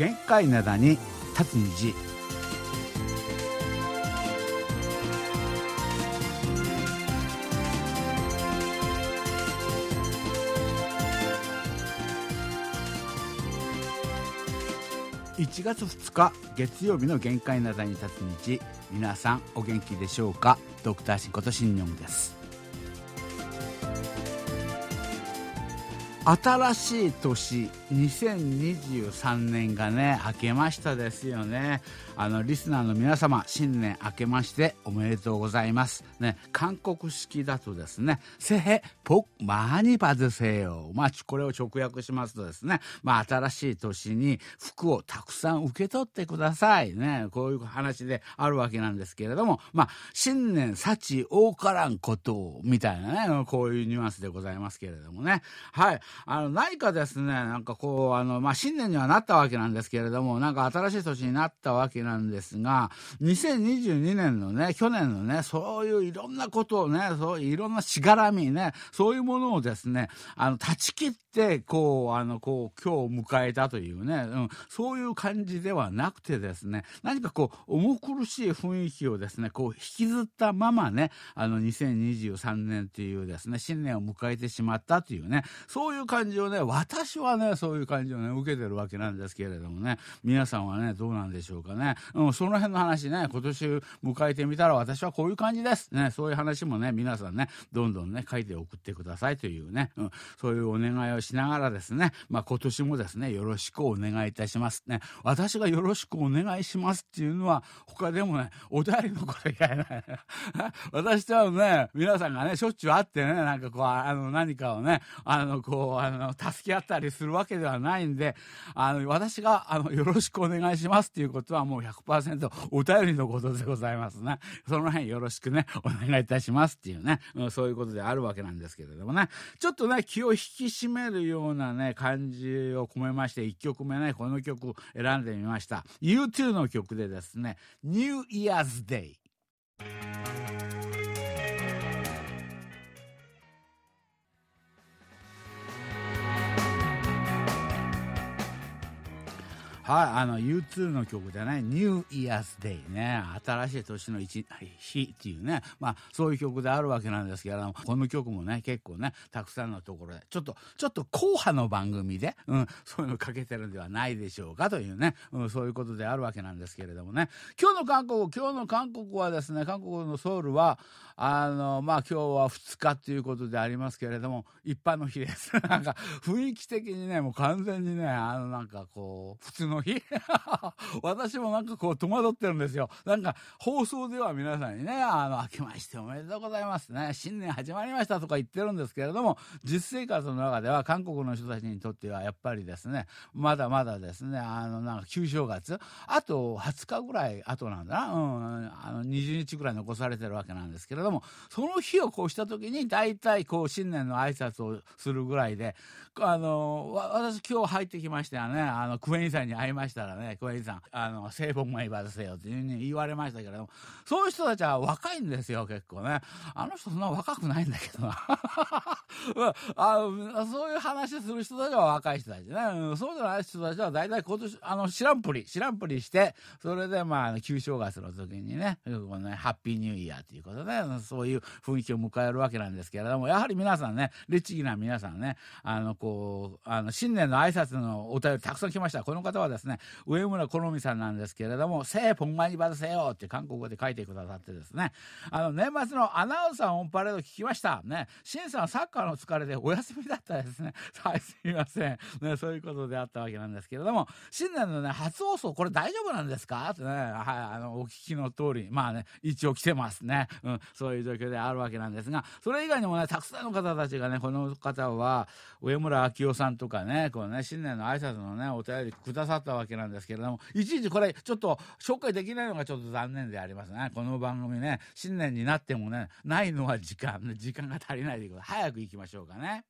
限界灘に立つ虹。1月2日月曜日の限界灘に立つ日、皆さんお元気でしょうか。ドクターシンことシンニョンです。新しい年2023年がね明けましたですよね。リスナーの皆様、新年明けましておめでとうございますね。韓国式だとですね、새해 복 많이 받으세요。これを直訳しますとですね、新しい年に福をたくさん受け取ってくださいね。こういう話であるわけなんですけれども、新年幸多からんことみたいなね、こういうニュアンスでございますけれどもね。はい。何かですね、新年にはなったわけなんですけれども、新しい年になったわけなんですが、2022年のね、去年のね、そういういろんなことをね、そういういろんなしがらみね、そういうものをですね、断ち切って、今日を迎えたというね、そういう感じではなくてですね、何か重苦しい雰囲気をですね、引きずったままね、2023年っていうですね、新年を迎えてしまったというね、そういう感じをね、私はね、そういう感じをね、受けてるわけなんですけれどもね、皆さんはね、どうなんでしょうかね。その辺の話ね、今年迎えてみたら私はこういう感じですね。そういう話もね、皆さんね、どんどんね、書いて送ってくださいというね、そういうお願いをしながらですね、今年もですね、よろしくお願いいたしますね。私がよろしくお願いしますっていうのは、他でもね、お便りのこと以外ない。私とはね、皆さんがね、しょっちゅう会ってね、何かをね、助け合ったりするわけではないんで、私がよろしくお願いしますっていうことはもう 100% お便りのことでございますね。その辺よろしくね、お願いいたしますっていうね、そういうことであるわけなんですけれどもね、ちょっとね、気を引き締めるようなね、感じを込めまして、1曲目ね、この曲選んでみました。U2 の曲でですね、New Year's Day。はい、U2 の曲でね、New Year's Day ね、新しい年の日っていうね、そういう曲であるわけなんですけれども、この曲もね、結構ね、たくさんのところで、ちょっと硬派の番組で、そういうのかけてるんではないでしょうかというね、そういうことであるわけなんですけれどもね、今日の韓国はですね、韓国のソウルは、今日は2日ということでありますけれども、一般の日です。雰囲気的にね、もう完全にね、普通の日私も戸惑ってるんですよ。放送では皆さんにね、明けましておめでとうございますね、新年始まりましたとか言ってるんですけれども、実生活の中では韓国の人たちにとってはやっぱりですね、まだまだですね、旧正月、あと20日ぐらい後なんだな、20日ぐらい残されてるわけなんですけれども、その日をした時に大体新年の挨拶をするぐらいで、私今日入ってきましたよね、クエンさんに会いましたらね、クエンさん、聖本も言わせよっていうふうに言われましたけれども、そういう人たちは若いんですよ、結構ね。あの人そんな若くないんだけどな。そういう話する人たちは若い人たちね。そうじゃない人たちは大体今年、知らんぷりして、それで旧正月の時にね、ハッピーニューイヤーということで、そういう雰囲気を迎えるわけなんですけれども、やはり皆さんね、律儀な皆さんね、新年の挨拶のお便りたくさん来ました。この方はですね、上村好美さんなんですけれども、새해 복 많이 받으세요って韓国語で書いてくださってですね、年末のアナウンサーオンパレード聞きましたね。シンさんサッカーの疲れでお休みだったですね。はい、すみませんね、そういうことであったわけなんですけれども、新年のね、初放送これ大丈夫なんですかってね、はい、お聞きの通り一応来てますね、そういう状況であるわけなんですが、それ以外にもね、たくさんの方たちがね、この方は上村明夫さんとかね、新年の挨拶のね、お便りくださったわけなんですけれども、いちいちこれちょっと紹介できないのがちょっと残念でありますね。この番組ね、新年になってもね、ないのは時間が足りないということで、早く行きましょうかね。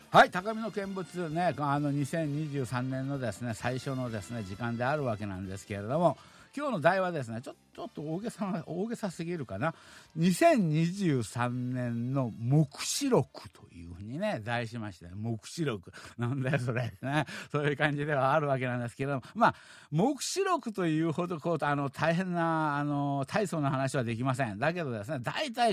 はい、高みの見物ね、2023年のですね最初のですね時間であるわけなんですけれども、今日の題はですねちょっと大げさすぎるかな。2023年の黙示録というふうにね題しまして、黙示録なんだよそれね、そういう感じではあるわけなんですけれども、まあ黙示録というほど大変な大層な話はできません。だけどですね、大体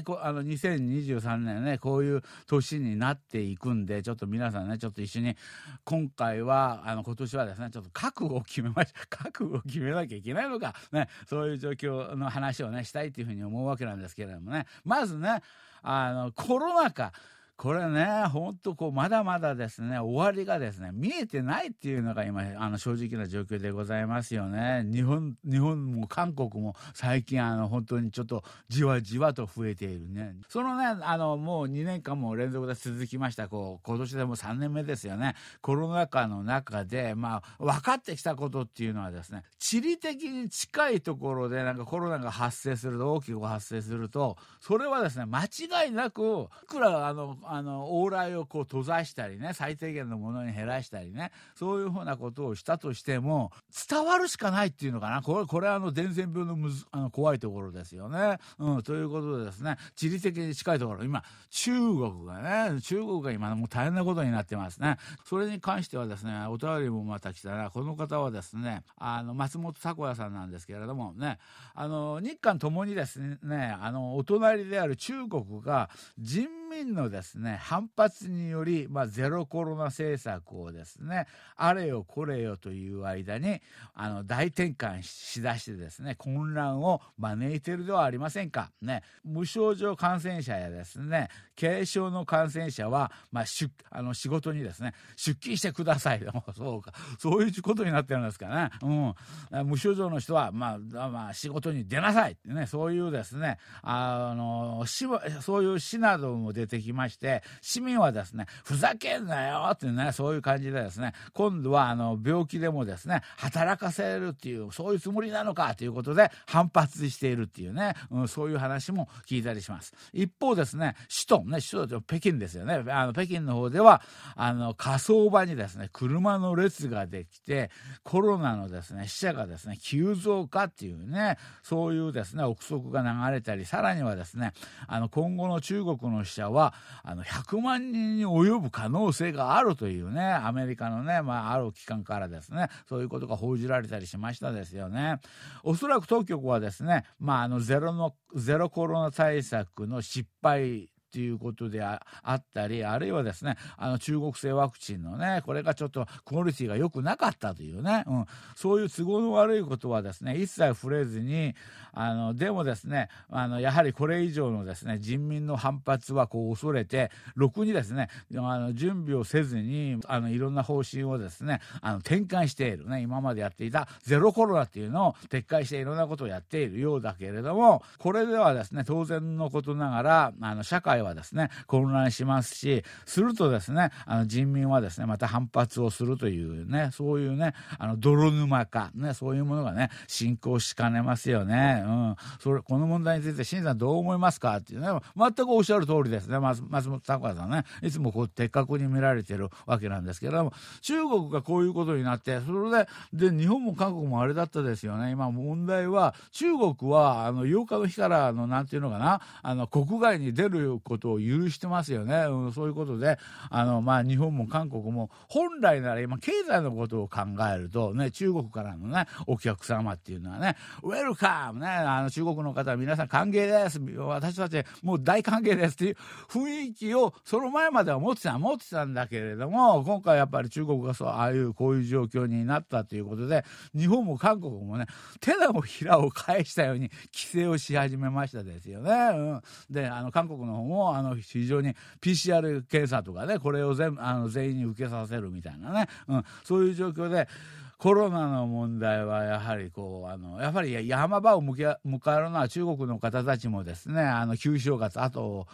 2023年ねこういう年になっていくんで、ちょっと皆さんねちょっと一緒に今回は今年はですねちょっと覚悟を決めなきゃいけないのかね、そういう状況の話をねしたいというふうに思うわけなんですけれどもね、まずねコロナ禍、これね本当まだまだですね終わりがですね見えてないっていうのが今正直な状況でございますよね。日本も韓国も最近本当にちょっとじわじわと増えているね。そのねもう2年間も連続で続きました今年でも3年目ですよね。コロナ禍の中で分かってきたことっていうのはですね、地理的に近いところでコロナが発生すると、大きく発生すると、それはですね間違いなくいくら往来を閉ざしたりね、最低限のものに減らしたりね、そういうふうなことをしたとしても伝わるしかないっていうのかな。これは伝染病の怖いところですよね。ということでですね、地理的に近いところ、今中国が今もう大変なことになってますね。それに関してはですね、お便りもまた来たら、この方はですね松本迫也さんなんですけれどもね、日韓ともにですねお隣である中国が人民のですね反発により、ゼロコロナ政策をですねあれよこれよという間に大転換しだしてですね混乱を招いているではありませんかね。無症状感染者やですね軽症の感染者は、仕事にですね出勤してくださいそういうことになってるんですかね。無症状の人は、仕事に出なさいってね、そういうですねそういう市なども出てきまして、市民はですねふざけんなよってね、そういう感じでですね今度は病気でもですね働かせるっていう、そういうつもりなのかということで反発しているっていうね、そういう話も聞いたりします。一方ですね首都北京ですよね。北京の方では火葬場にですね車の列ができて、コロナのですね死者がですね急増化っていうね、そういうですね憶測が流れたり、さらにはですね今後の中国の死者は100万人に及ぶ可能性があるというね、アメリカのね、ある機関からですねそういうことが報じられたりしましたですよね。おそらく当局はですね、ゼロコロナ対策の失敗ということであったり、あるいはですね中国製ワクチンのねこれがちょっとクオリティが良くなかったというね、そういう都合の悪いことはですね一切触れずに、でもですねやはりこれ以上のですね人民の反発は恐れて、ろくにですね準備をせずにいろんな方針をですね転換しているね、今までやっていたゼロコロナっていうのを撤回していろんなことをやっているようだけれども、これではですね当然のことながら社会はですね混乱しますし、するとですね人民はですねまた反発をするというね、そういうね泥沼化ね、そういうものがね進行しかねますよね。この問題について新さんどう思いますかっていうね、全くおっしゃる通りですね。松本迫也さんね、いつも的確に見られているわけなんですけれども、中国がこういうことになって、それで日本も韓国もあれだったですよね。今問題は中国は8日の日からなんていうのかな国外に出ることを許してますよね。そういうことで日本も韓国も本来なら今経済のことを考えるとね、中国からのねお客様っていうのはねウェルカムね、中国の方は皆さん歓迎です、私たちもう大歓迎ですっていう雰囲気をその前までは持ってたんだけれども、今回やっぱり中国がこういう状況になったということで、日本も韓国もね手のひらを返したように規制をし始めましたですよね。で韓国の方も非常に PCR 検査とかね、これを全員に受けさせるみたいなね、そういう状況でコロナの問題はやはりやっぱり山場を迎えるのは中国の方たちもですね旧正月あと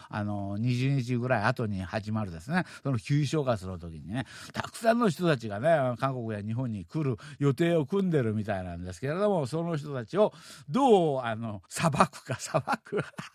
20日ぐらい後に始まるですね、その旧正月の時にねたくさんの人たちがね韓国や日本に来る予定を組んでるみたいなんですけれども、その人たちをどう裁く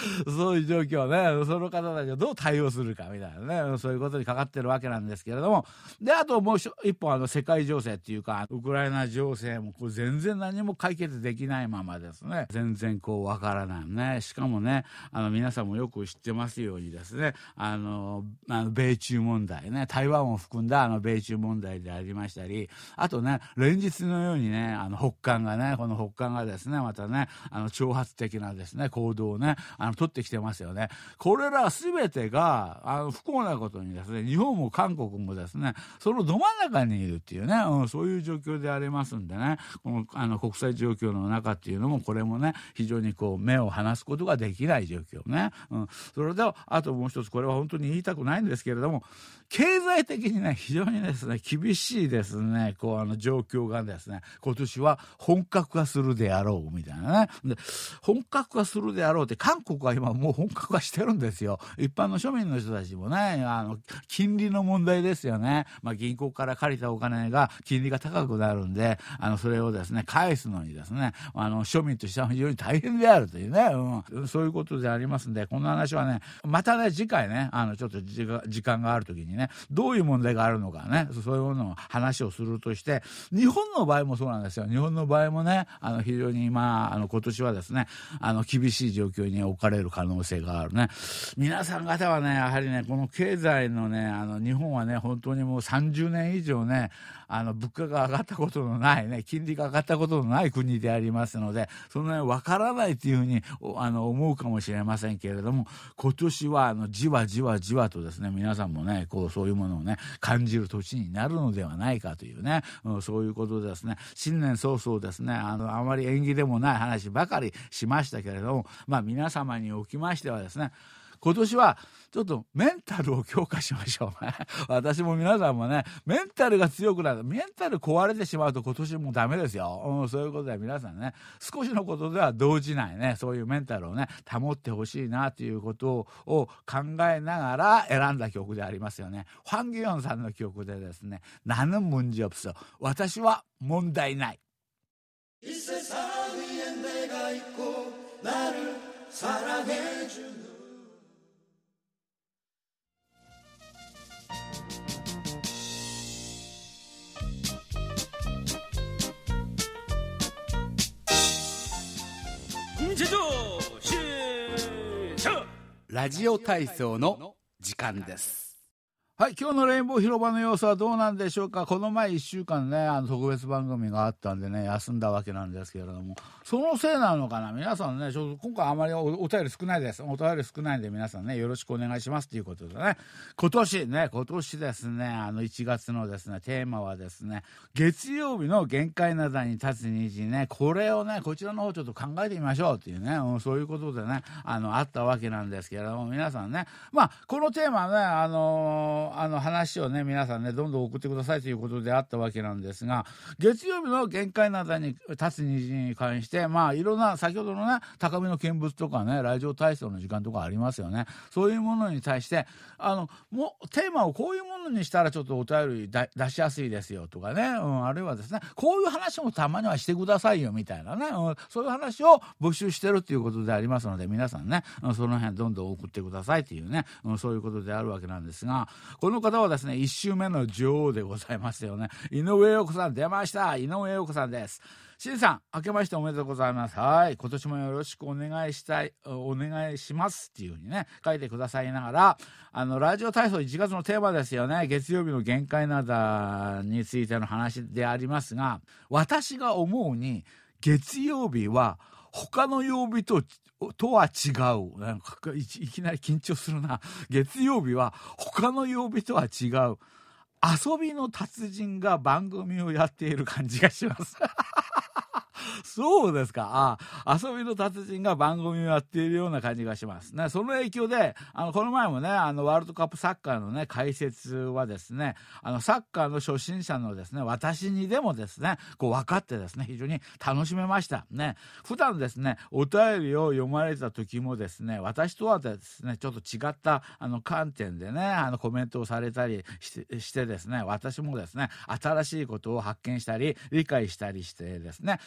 そういう状況ね、その方たちをどう対応するかみたいなね、そういうことにかかってるわけなんですけれども、であともう一本世界情勢っていうかウクライナ情勢もこう全然何も解決できないままですね、全然こうわからないね。しかもね、皆さんもよく知ってますようにですね、米中問題ね、台湾を含んだ米中問題でありましたり、あとね、連日のようにね、この北韓がですね、またね、挑発的なですね、行動をね、取ってきてますよね。これら全てが、不幸なことにですね、日本も韓国もですね、そのど真ん中にいるっていうね、そういう状況でありますんでね、この国際状況の中っていうのも、これもね、非常にこう、目を離すことができない状況ね。それでは、あともう一つ、これは本当に言いたくないんですけれども、経済的にね、非常にですね、厳しいですね、状況がですね、今年は本格化するであろうみたいなね。で、本格化するであろうって、韓国は今もう本格化してるんですよ。一般の庶民の人たちもね、金利の問題ですよね。銀行から借りたお金が金利が高くなるんで、それをですね、返すのにですね、庶民としては非常に大変であるというね、そういうことでありますんで、この話はね、またね、次回ね、ちょっと時間があるときにね、どういう問題があるのかね、そういうのを話をするとして、日本の場合もそうなんですよ。日本の場合もね、非常に今年はですね、厳しい状況に置かれる可能性があるね。皆さん方はね、やはりね、この経済のね、日本はね、本当にもう30年以上ね、物価が上がったことのないね、金利が上がったことのない国でありますので、そのね、わからないというふうに思うかもしれませんけれども、今年はじわじわじわとですね、皆さんもね、そういうものをね、感じる年になるのではないかというね、そういうことでですね、新年早々ですね、あまり縁起でもない話ばかりしましたけれども、皆様におきましてはですね、今年はちょっとメンタルを強化しましょうね。私も皆さんもね、メンタルが強くなる。メンタル壊れてしまうと今年もダメですよ。そういうことで皆さんね、少しのことでは動じないね、そういうメンタルをね、保ってほしいなということを考えながら選んだ曲でありますよね。ファン・ギヨンさんの曲でですね、나는 문제 없어。私は問題ない。이 세상에 내가 있고 나를 사랑해주는ラジオ体操の時間です。はい、今日のレインボー広場の様子はどうなんでしょうか。この前1週間ね、特別番組があったんでね、休んだわけなんですけれども、そのせいなのかな。皆さんね、ちょっと今回あまりお便り少ないです。お便り少ないんで皆さんね、よろしくお願いしますということでね、今年ですね、1月のですね、テーマはですね、月曜日の限界なだに立つ虹ね、これをね、こちらの方ちょっと考えてみましょうっていうね、そういうことでね、あったわけなんですけれども、皆さんね、このテーマはね、話をね、皆さんね、どんどん送ってくださいということであったわけなんですが、月曜日の限界などに立つ虹に関して、いろんな、先ほどのね、高みの見物とかね、ラジオ体操の時間とかありますよね。そういうものに対して、もう、テーマをこういうものにしたらちょっとお便り出しやすいですよとかね、あるいはですね、こういう話もたまにはしてくださいよみたいなね、そういう話を募集してるっていうことでありますので、皆さんね、その辺どんどん送ってくださいっていうね、そういうことであるわけなんですが、この方はですね、1週目の女王でございますよね。井上陽子さん出ました。井上陽子さんです。新さん、明けましておめでとうございます。はい。今年もよろしくお願いしますっていうふうにね、書いてくださいながら、ラジオ体操1月のテーマですよね。月曜日の限界なだについての話でありますが、私が思うに、月曜日は他の曜日とは違う。なんかいきなり緊張するな。月曜日は他の曜日とは違う。遊びの達人が番組をやっている感じがします。そうですか。遊びの達人が番組をやっているような感じがしますね。その影響で、この前もね、ワールドカップサッカーのね、解説はですね、サッカーの初心者のですね、私にでもですね、分かってですね、非常に楽しめましたね。普段ですね、お便りを読まれた時もですね、私とはですね、ちょっと違った観点でね、コメントをされたりしてですね、私もですね、新しいことを発見したり理解したりしてですね、得し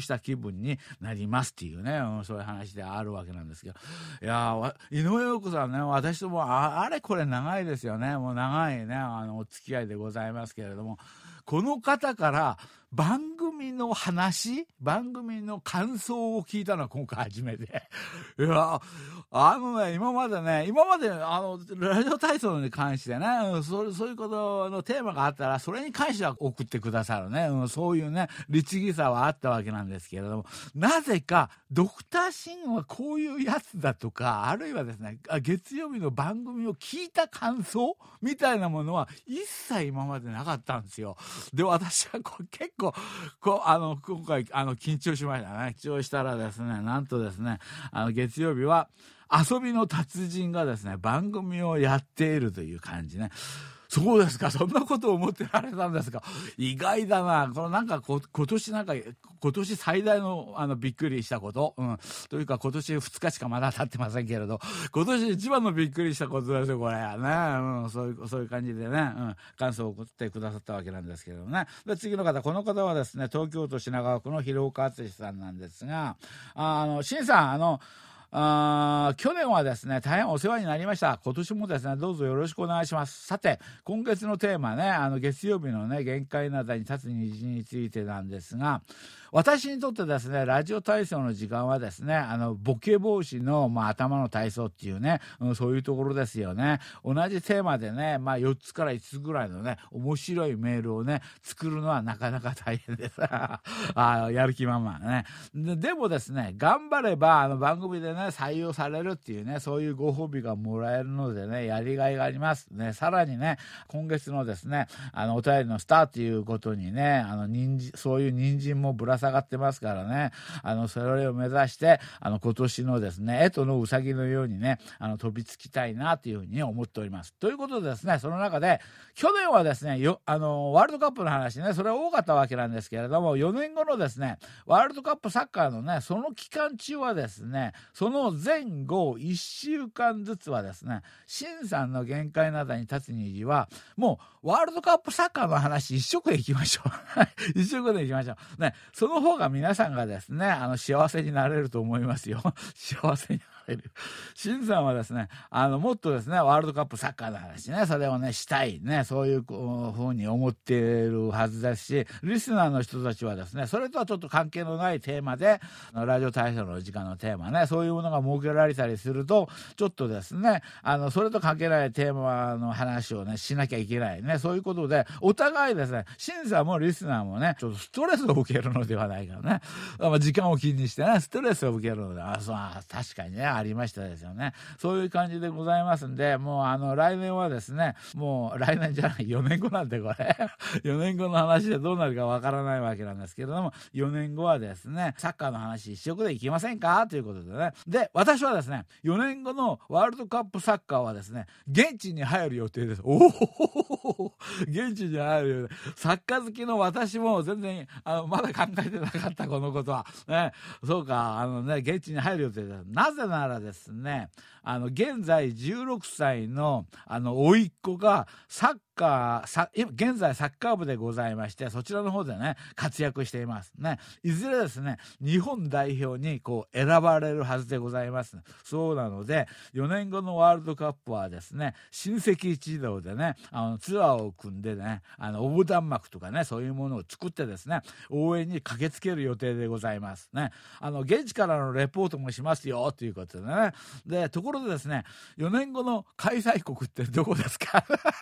した気分になりますっていうね、そういう話であるわけなんですけど、いや井上陽子さんね、私ともあれこれ長いですよね。もう長いねお付き合いでございますけれども、この方から番組の話、番組の感想を聞いたのは今回初めて。いや、今までラジオ体操に関してね、そういうことのテーマがあったら、それに関しては送ってくださるね、そういうね、律儀さはあったわけなんですけれども、なぜか、ドクターシンはこういうやつだとか、あるいはですね、月曜日の番組を聞いた感想みたいなものは、一切今までなかったんですよ。で、私は結構今回緊張しましたね。緊張したらですね、なんとですね、月曜日は遊びの達人がですね、番組をやっているという感じね。そうですか、そんなことを思ってられたんですか。意外だな。この今年最大のびっくりしたこと、というか今年2日しかまだ経ってませんけれど、今年一番のびっくりしたことですよこれね。そういう感じでね、感想を送ってくださったわけなんですけれどもね。で、次の方、この方はですね、東京都品川区の広岡敦さんなんですが、新さん去年はですね、大変お世話になりました。今年もですね、どうぞよろしくお願いします。さて、今月のテーマね、月曜日のね、限界などに立つ虹についてなんですが、私にとってですね、ラジオ体操の時間はですね、ボケ防止の、頭の体操っていうね、そういうところですよね。同じテーマでね、4つから5つぐらいのね、面白いメールをね、作るのはなかなか大変です。やる気満々ね。でもですね、頑張れば、番組でね、採用されるっていうね、そういうご褒美がもらえるのでね、やりがいがありますね。さらにね、今月のですね、お便りのスターということにね、そういう人参もぶら下がってますからね、それを目指して、今年のですね、干支のうさぎのようにね、飛びつきたいなというふうに思っております。ということでですね、その中で、去年はですね、ワールドカップの話ね、それは多かったわけなんですけれども、4年後のですね、ワールドカップサッカーのね、その期間中はですね、その前後1週間ずつはですね、新さんの限界などに立つ虹は、もうワールドカップサッカーの話一色でいきましょう。一色でいきましょう。ね、その方が皆さんがですね、幸せになれると思いますよ。幸せになれる。新さんはですね、もっとですね、ワールドカップサッカーの話ね、それをね、したいね、そういうふうに思っているはずですし、リスナーの人たちはですね、それとはちょっと関係のないテーマで、ラジオ体操の時間のテーマね、そういうものが設けられたりすると、ちょっとですね、それと関係ないテーマの話をね、しなきゃいけないね、そういうことで、お互いですね、審査もリスナーもね、ちょっとストレスを受けるのではないかね。時間を気にしてね、ストレスを受けるので、確かにね、ありましたですよね。そういう感じでございますんで、もう来年はですね、もう来年じゃない、4年後なんてこれ、4年後の話でどうなるかわからないわけなんですけれども、4年後はですね、サッカーの話一色でいきませんかということでね。で、私はですね、4年後のワールドカップサッカーはですね、現地に入る予定です。現地に入る予定。サッカー好きの私も全然、まだ考えてなかった、このことは。ね、そうか、現地に入る予定です。なぜならですね、現在16歳の、甥っ子が現在サッカー部でございまして、そちらの方でね、活躍していますね。いずれですね、日本代表に選ばれるはずでございます。そうなので、4年後のワールドカップはですね、親戚一同でね、ツアーを組んでね、横断幕とかね、そういうものを作ってですね、応援に駆けつける予定でございますね。現地からのレポートもしますよ、ということでね。で、ところでですね、4年後の開催国ってどこですか？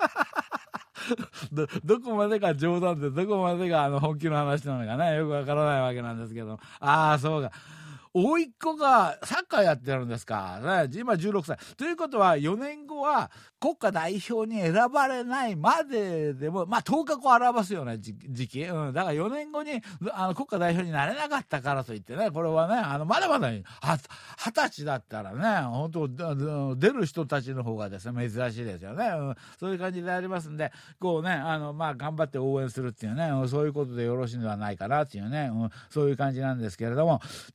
どこまでが冗談でどこまでが本気の話なのかね、よくわからないわけなんですけど、そうか、甥っ子がサッカーやってるんですか、ね、今16歳ということは、4年後は国家代表に選ばれないまででも、頭角を表すような時期、だから4年後に国家代表になれなかったからといってね、これはね、まだまだ20歳だったらね、本当出る人たちの方がですね、珍しいですよね、そういう感じでありますんで、頑張って応援するっていうね、そういうことでよろしいのではないかなっていうね、そういう感じなんですけれども、次の大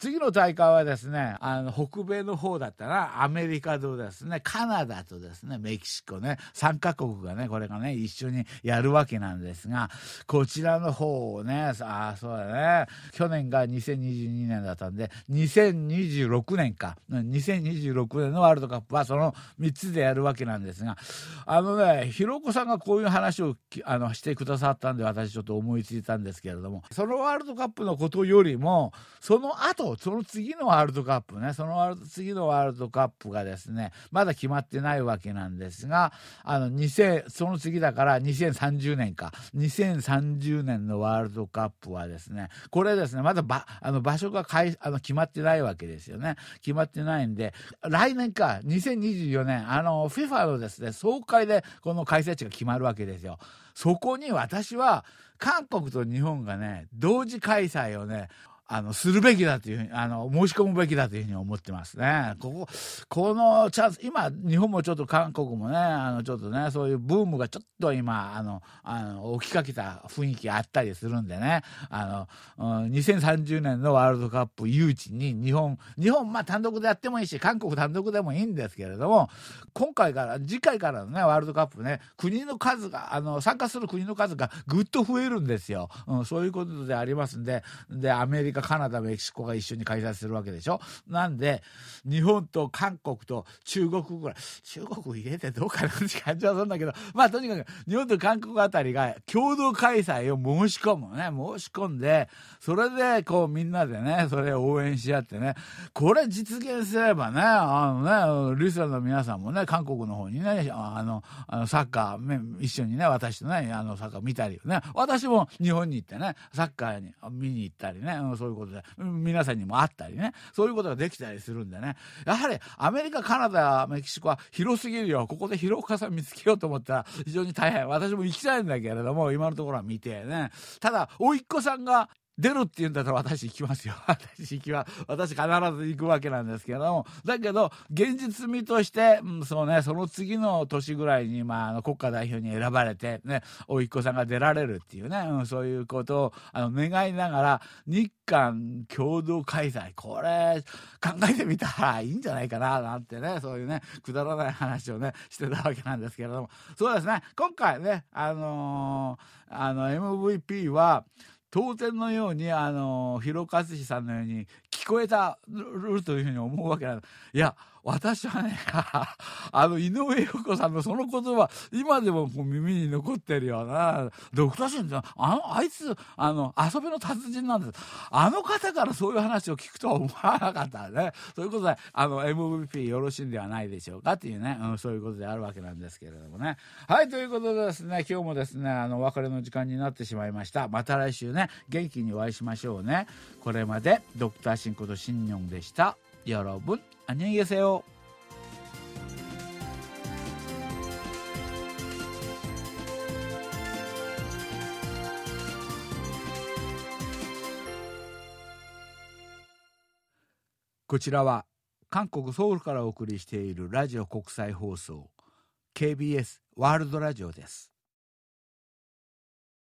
大会はですね、北米の方だったらアメリカとですね、カナダとですね、メキシコね、3カ国がね、これがね、一緒にやるわけなんですが、こちらの方をね、そうだね、去年が2022年だったんで、2026年か、2026年のワールドカップはその3つでやるわけなんですが、ひろこさんがこういう話をしてくださったんで、私ちょっと思いついたんですけれども、そのワールドカップのことよりも、その後、その次のワールドカップね、次のワールドカップがですね、まだ決まってないわけなんですが、その次だから2030年か、2030年のワールドカップはですね、これですね、まだ場所が決まってないわけですよね。決まってないんで、来年か、2024年、FIFA のですね、総会でこの開催地が決まるわけですよ。そこに私は、韓国と日本がね、同時開催をね、するべきだというふうに、申し込むべきだというふうに思ってますね。このチャンス、今、日本もちょっと韓国もね、ちょっとね、そういうブームがちょっと今、起きかけた雰囲気あったりするんでね、2030年のワールドカップ誘致に日本、単独でやってもいいし、韓国単独でもいいんですけれども、次回からのね、ワールドカップね、国の数が、参加する国の数がぐっと増えるんですよ。そういうことでありますんで、アメリカ、カナダ、メキシコが一緒に開催するわけでしょ。なんで日本と韓国と中国ぐらい、中国入れてどうかなって感じはするんだけど、とにかく日本と韓国あたりが共同開催を申し込んで、それでこうみんなでね、それを応援し合ってね、これ実現すればね、リスナーの皆さんもね、韓国の方にね、サッカー一緒にね、私とね、サッカー見たりね、私も日本に行ってね、サッカーに見に行ったりね、そういうことで皆さんにも会ったりね、そういうことができたりするんでね、やはりアメリカ、カナダ、メキシコは広すぎるよ。ここで広岡さん見つけようと思ったら非常に大変。私も行きたいんだけれども、今のところは見てね、ただ甥っ子さんが出るって言うんだったら私行きますよ。私必ず行くわけなんですけれども、だけど現実味として、その次の年ぐらいに、国家代表に選ばれてね、甥っ子さんが出られるっていうね、そういうことを願いながら、日韓共同開催、これ考えてみたらいいんじゃないかななんてね、そういうね、くだらない話をねしてたわけなんですけれども、そうですね、今回ね、MVP は当然のように広和志さんのように聞こえたるというふうに思うわけなんです。いや、私はね井上陽子さんのその言葉今でもこう耳に残ってるよな。ドクターシンってあいつ遊びの達人なんです。あの方からそういう話を聞くとは思わなかったね。そういうことでMVP よろしいんではないでしょうかっていうね、そういうことであるわけなんですけれどもね。はい、ということでですね、今日もですねお別れの時間になってしまいました。また来週ね、元気にお会いしましょうね。これまでドクターシンことシンニョンでした。여러분 안녕히 계세요.こちらは韓国ソウルからお送りしているラジオ国際放送 KBS ワールドラジオです。